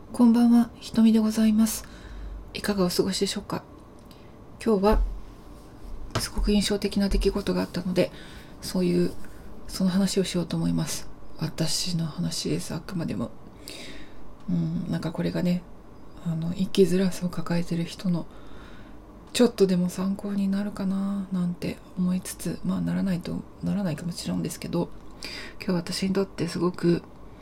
こんばんは、ひとみでございます。いかがお過ごしでしょうか。今日はすごく印象的な出来事があったので、その話をしようと思います。私の話です、あくまでも。なんかこれがね、生きづらさを抱えてる人のちょっとでも参考になるかななんて思いつつ、ならないかもちろんですけど、今日私にとってすごく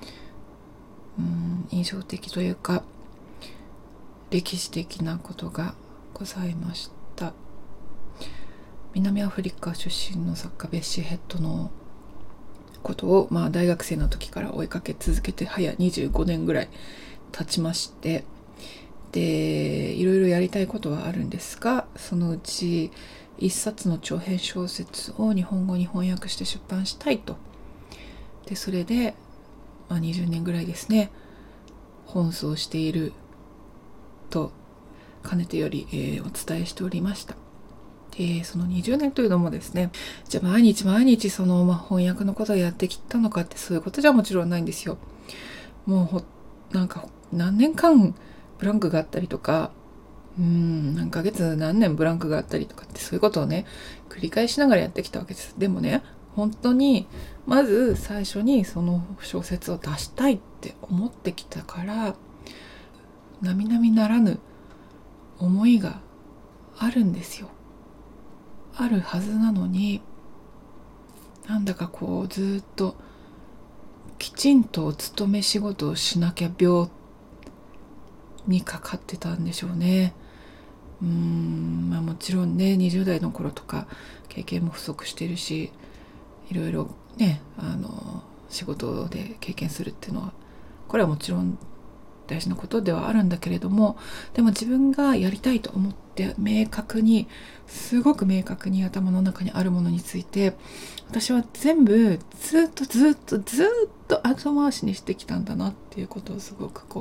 印象的というか歴史的なことがございました。南アフリカ出身の作家ベッシー・ヘッドのことを、大学生の時から追いかけ続けて早25年ぐらい経ちまして、でいろいろやりたいことはあるんですが、そのうち一冊の長編小説を日本語に翻訳して出版したいと。でそれで、20年ぐらいですね奔走しているとかねてより、お伝えしておりました。でその20年というのもですね、じゃあ毎日その、翻訳のことをやってきたのかって、そういうことじゃもちろんないんですよ。もうなんか何年間ブランクがあったりとか、何ヶ月何年ブランクがあったりとかって、そういうことをね繰り返しながらやってきたわけです。でもね、本当にまず最初にその小説を出したいって思ってきたから、並々ならぬ思いがあるんですよ。あるはずなのに、なんだかこうずっときちんとお勤め仕事をしなきゃ病にかかってたんでしょうね。もちろんね、20代の頃とか経験も不足してるし、いろいろね仕事で経験するっていうのは、これはもちろん大事なことではあるんだけれども、でも自分がやりたいと思ってすごく明確に頭の中にあるものについて、私は全部ずっと後回しにしてきたんだなっていうことをすごく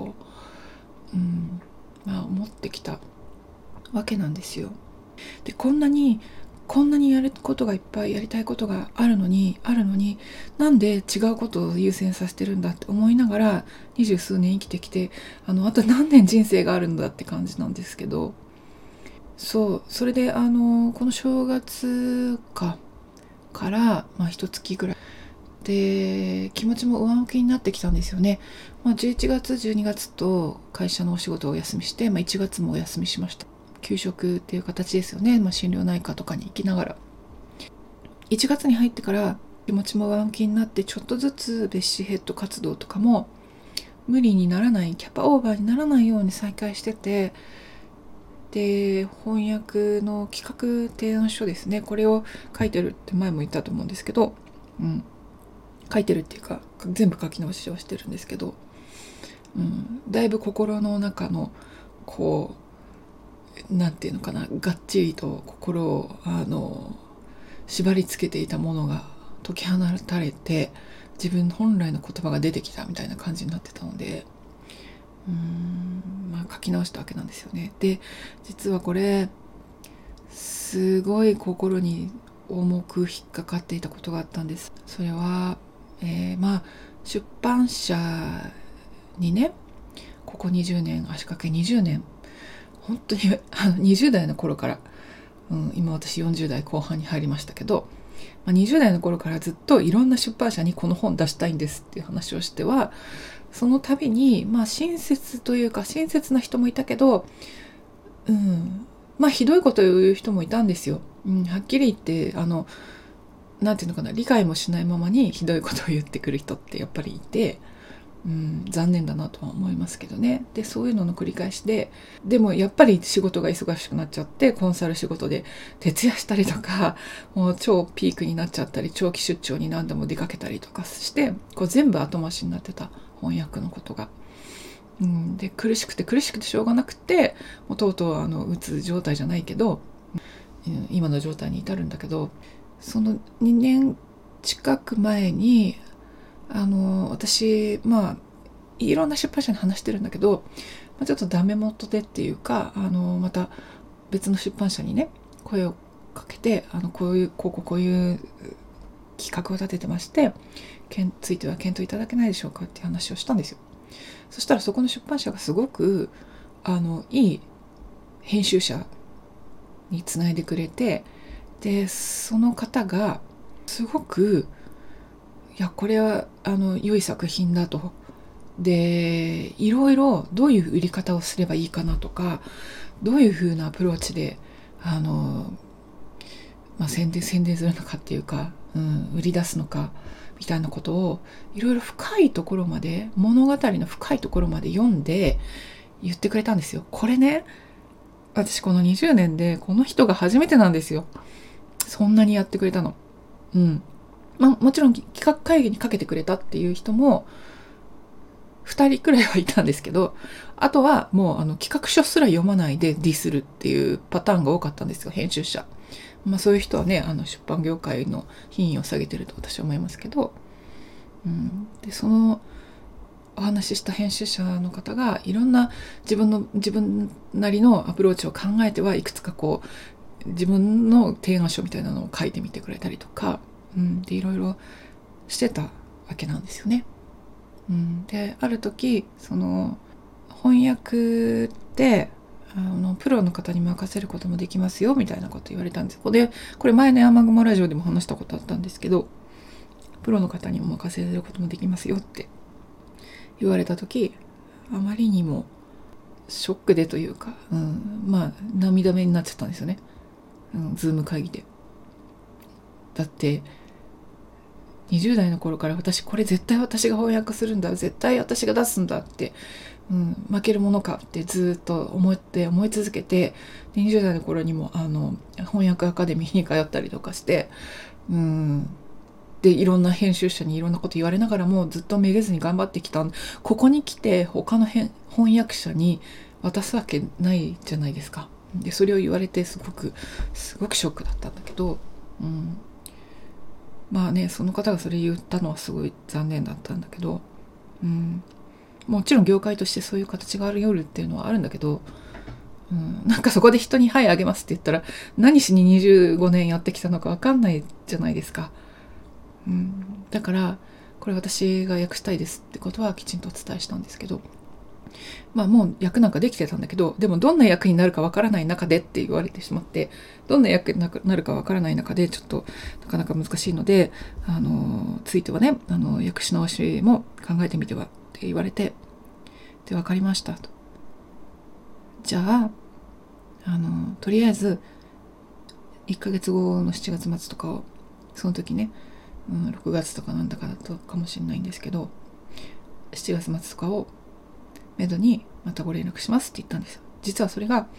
思ってきたわけなんですよ。でこんなにやることがいっぱい、やりたいことがあるのになんで違うことを優先させてるんだって思いながら20数年生きてきて、あと何年人生があるんだって感じなんですけど、それでこの正月から、一月ぐらいで気持ちも上向きになってきたんですよね。11月12月と会社のお仕事をお休みして、1月もお休みしました。休職っていう形ですよね。心療内科とかに行きながら、1月に入ってから気持ちも上向きになって、ちょっとずつベッシーヘッド活動とかも無理にならない、キャパオーバーにならないように再開してて、で翻訳の企画提案書ですね、これを書いてるって前も言ったと思うんですけど、書いてるっていうか全部書き直しをしてるんですけど、だいぶ心の中のなんていうのかな、がっちりと心を縛り付けていたものが解き放たれて、自分本来の言葉が出てきたみたいな感じになってたので、書き直したわけなんですよね。で実はこれすごい心に重く引っかかっていたことがあったんです。それは、出版社にね、ここ20年足掛け20年本当に20代の頃から、今私40代後半に入りましたけど、20代の頃からずっといろんな出版社にこの本出したいんですっていう話をしては、その度に親切な人もいたけど、ひどいことを言う人もいたんですよ。はっきり言ってなんていうのかな、理解もしないままにひどいことを言ってくる人ってやっぱりいて、残念だなとは思いますけどね。でそういうのの繰り返しで、でもやっぱり仕事が忙しくなっちゃって、コンサル仕事で徹夜したりとか、もう超ピークになっちゃったり、長期出張に何度も出かけたりとかして、全部後回しになってた翻訳のことが、で苦しくてしょうがなくて、もうとうとううつ状態じゃないけど、今の状態に至るんだけど、その2年近く前に私いろんな出版社に話してるんだけど、ちょっとダメ元でっていうか、また別の出版社にね声をかけて、こういう企画を立ててまして、ついては検討いただけないでしょうかっていう話をしたんですよ。 そしたらそこの出版社がすごくいい編集者につないでくれて、でその方がすごくいやこれは良い作品だと、でいろいろどういう売り方をすればいいかなとか、どういう風なアプローチで宣伝するのかっていうか、売り出すのかみたいなことをいろいろ深いところまで、物語の深いところまで読んで言ってくれたんですよ。これね、私この20年でこの人が初めてなんですよ。そんなにやってくれたの。もちろん企画会議にかけてくれたっていう人も2人くらいはいたんですけど、あとはもう企画書すら読まないでディスるっていうパターンが多かったんですよ、編集者。そういう人はね、出版業界の品位を下げてると私は思いますけど、でそのお話しした編集者の方がいろんな自分なりのアプローチを考えてはいくつかこう自分の提案書みたいなのを書いてみてくれたりとか、でいろいろしてたわけなんですよね。である時その翻訳ってプロの方に任せることもできますよみたいなこと言われたんです。でこれ前ね雨雲ラジオでも話したことあったんですけど、プロの方にお任せすることもできますよって言われた時、あまりにもショックでというか、涙目になっちゃったんですよね。ズーム会議で。だって20代の頃からこれ絶対私が翻訳するんだ、絶対私が出すんだって、負けるものかってずっと思い続けて、20代の頃にも翻訳アカデミーに通ったりとかして、でいろんな編集者にいろんなこと言われながらもずっとめげずに頑張ってきた。ここに来て他の翻訳者に渡すわけないじゃないですか。でそれを言われてすごくショックだったんだけど、その方がそれ言ったのはすごい残念だったんだけど、もちろん業界としてそういう形があるよるっていうのはあるんだけど、なんかそこで人にはいあげますって言ったら何しに25年やってきたのか分かんないじゃないですか。だからこれ私が訳したいですってことはきちんとお伝えしたんですけど、もう役なんかできてたんだけど、でもどんな役になるかわからない中でって言われてしまって、どんな役になるかわからない中でちょっとなかなか難しいので、ついてはね訳し直しも考えてみてはって言われて、で分かりましたと。じゃあとりあえず1ヶ月後の7月末とかを、その時ね、6月とかなんだかだったかもしれないんですけど、7月末とかをめどにまたご連絡しますって言ったんですよ。実はそれが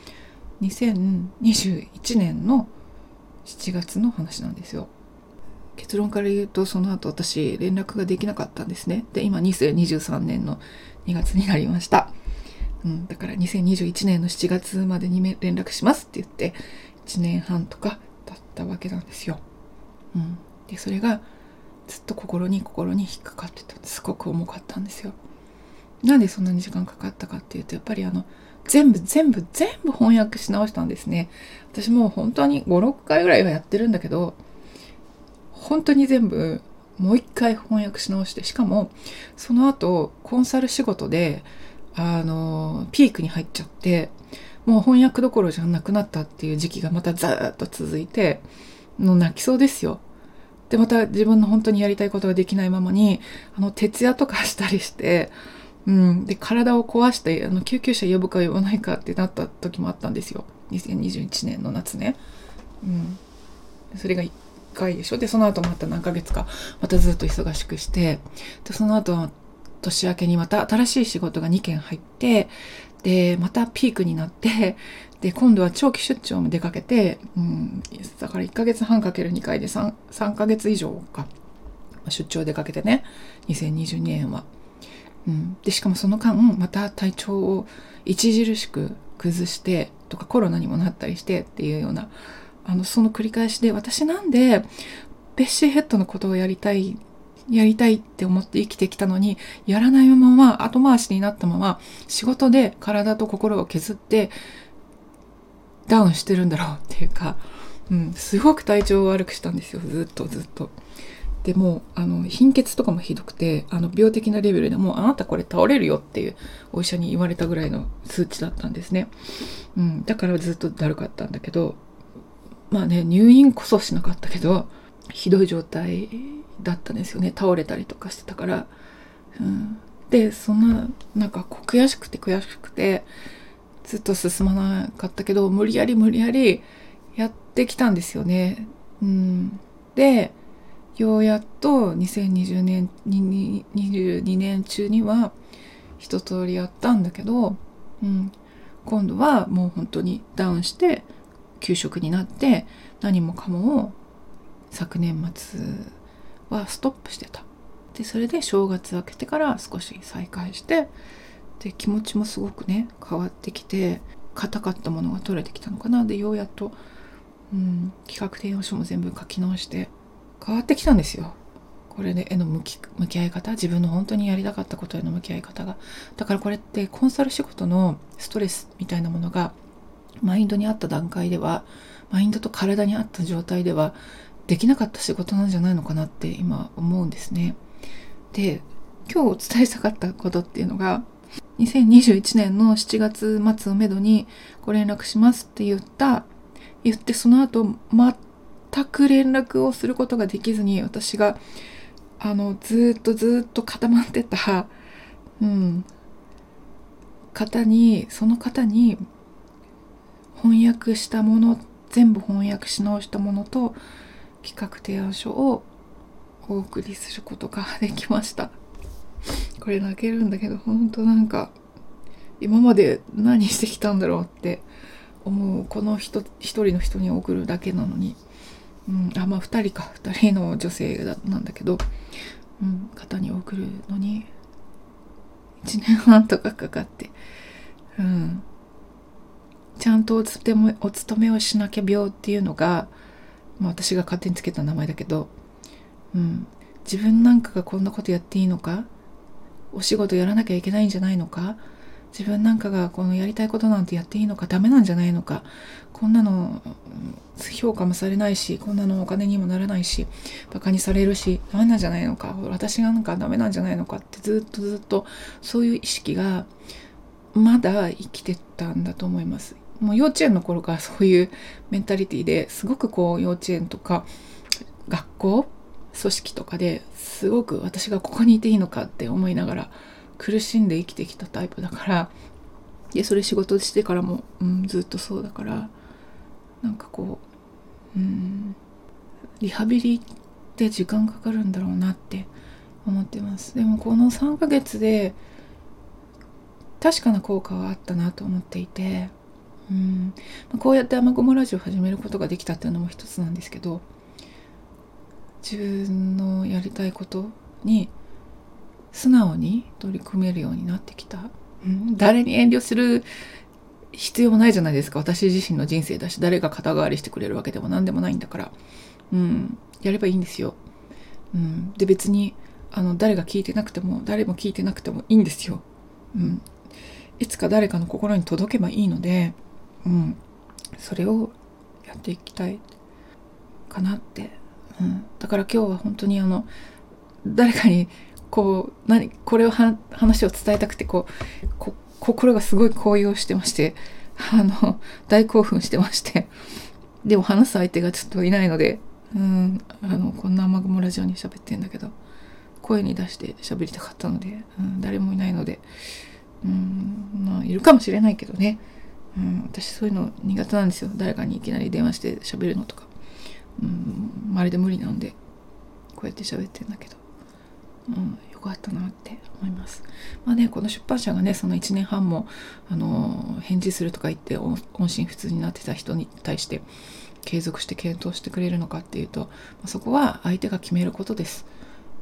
2021年の7月の話なんですよ。結論から言うと、その後私連絡ができなかったんですね。で今2023年の2月になりました。だから2021年の7月までに連絡しますって言って1年半とか経ったわけなんですよ。でそれがずっと心に引っかかってた。すごく重かったんですよ。なんでそんなに時間かかったかっていうと、やっぱり全部翻訳し直したんですね。私もう本当に5、6回ぐらいはやってるんだけど、本当に全部もう一回翻訳し直して、しかもその後コンサル仕事でピークに入っちゃって、もう翻訳どころじゃなくなったっていう時期がまたずーっと続いて、もう泣きそうですよ。でまた自分の本当にやりたいことができないままに徹夜とかしたりして、で体を壊して救急車呼ぶか呼ばないかってなった時もあったんですよ。2021年の夏ね。それが1回でしょ。でその後また何ヶ月かまたずっと忙しくして、でその後年明けにまた新しい仕事が2件入って、でまたピークになって、で今度は長期出張も出かけて、だから1ヶ月半かける2回で 3ヶ月以上か出張出かけてね、2022年は。でしかもその間また体調を著しく崩してとか、コロナにもなったりしてっていうようなその繰り返しで、私なんでベッシーヘッドのことをやりたいって思って生きてきたのに、やらないまま後回しになったまま仕事で体と心を削ってダウンしてるんだろうっていうか、すごく体調を悪くしたんですよ。ずっとでも貧血とかもひどくて病的なレベルでもうあなたこれ倒れるよっていうお医者に言われたぐらいの数値だったんですね。だからずっとだるかったんだけど、まあね入院こそしなかったけどひどい状態だったんですよね。倒れたりとかしてたから、でそんななんか悔しくてずっと進まなかったけど無理やりやってきたんですよね。でようやっと2020年22年中には一通りやったんだけど、今度はもう本当にダウンして休職になって何もかもを昨年末はストップしてた。でそれで正月明けてから少し再開して、で気持ちもすごくね変わってきて硬かったものが取れてきたのかな。でようやっと、企画提案書も全部書き直して変わってきたんですよ。これで絵の向き合い方、自分の本当にやりたかったことへの向き合い方が。だからこれってコンサル仕事のストレスみたいなものがマインドにあった段階では、マインドと体にあった状態ではできなかった仕事なんじゃないのかなって今思うんですね。で今日お伝えしたかったことっていうのが、2021年の7月末をめどにご連絡しますって言ってその後全く連絡をすることができずに、私がずっと固まってた、その方に翻訳したもの、全部翻訳し直したものと企画提案書をお送りすることができました。これ泣けるんだけど、本当なんか今まで何してきたんだろうって思う。この一人の人に送るだけなのに、2人の女性なんだけど、方に送るのに1年半とかかかって、ちゃんとお勤めをしなきゃ病っていうのが、私が勝手につけた名前だけど、自分なんかがこんなことやっていいのか、お仕事やらなきゃいけないんじゃないのか、自分なんかがこのやりたいことなんてやっていいのか、ダメなんじゃないのか、こんなの評価もされないし、こんなのお金にもならないし、バカにされるし、ダメなんじゃないのか、私がなんかダメなんじゃないのかってずっとそういう意識がまだ生きてたんだと思います。もう幼稚園の頃からそういうメンタリティですごく幼稚園とか学校組織とかですごく私がここにいていいのかって思いながら苦しんで生きてきたタイプだから、でそれ仕事してからも、ずっとそうだから、なんかリハビリって時間かかるんだろうなって思ってます。でもこの3ヶ月で確かな効果はあったなと思っていて、こうやって雨雲ラジオを始めることができたっていうのも一つなんですけど、自分のやりたいことに素直に取り組めるようになってきた。誰に遠慮する必要もないじゃないですか。私自身の人生だし、誰が肩代わりしてくれるわけでも何でもないんだから、やればいいんですよ。で別に誰も聞いてなくてもいいんですよ。いつか誰かの心に届けばいいので、それをやっていきたいかなって、だから今日は本当に誰かにこれを話を伝えたくて心がすごい高揚してまして、大興奮してまして、でも話す相手がちょっといないので、こんな雨雲ラジオに喋ってんだけど、声に出して喋りたかったので、誰もいないので、いるかもしれないけどね、私そういうの苦手なんですよ。誰かにいきなり電話して喋るのとか、まるで無理なんでこうやって喋ってんだけど、よかったなって思います。この出版社がね、その1年半も返事するとか言って音信不通になってた人に対して継続して検討してくれるのかっていうと、そこは相手が決めることです。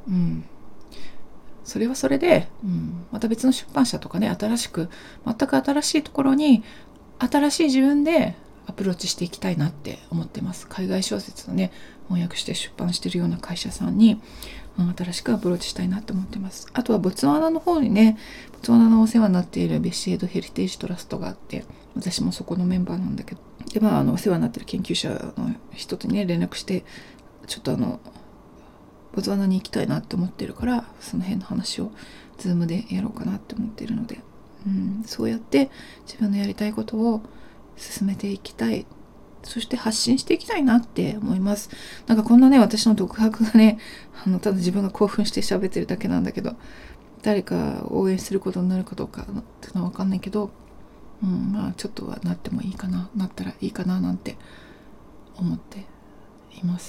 それはそれで、また別の出版社とかね、全く新しいところに新しい自分でアプローチしていきたいなって思ってます。海外小説をね翻訳して出版してるような会社さんに新しくアプローチしたいなって思ってます。あとはボツワナの方にね、ボツワナのお世話になっているベッシエドヘリテージトラストがあって、私もそこのメンバーなんだけど、でお世話になってる研究者の人とね連絡して、ちょっとボツワナに行きたいなって思ってるから、その辺の話をズームでやろうかなって思ってるので、そうやって自分のやりたいことを進めていきたい、そして発信していきたいなって思います。なんかこんなね、私の独白がね、ただ自分が興奮して喋ってるだけなんだけど、誰か応援することになるかどうかっていうのは分かんないけど、まあちょっとはなってもいいかな、なったらいいかななんて思っています。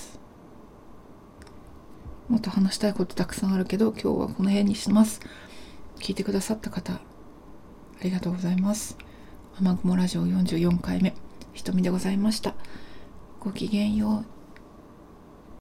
もっと話したいことたくさんあるけど、今日はこの辺にします。聞いてくださった方、ありがとうございます。雨雲ラジオ44回目、ひとみでございました。ごきげんよう。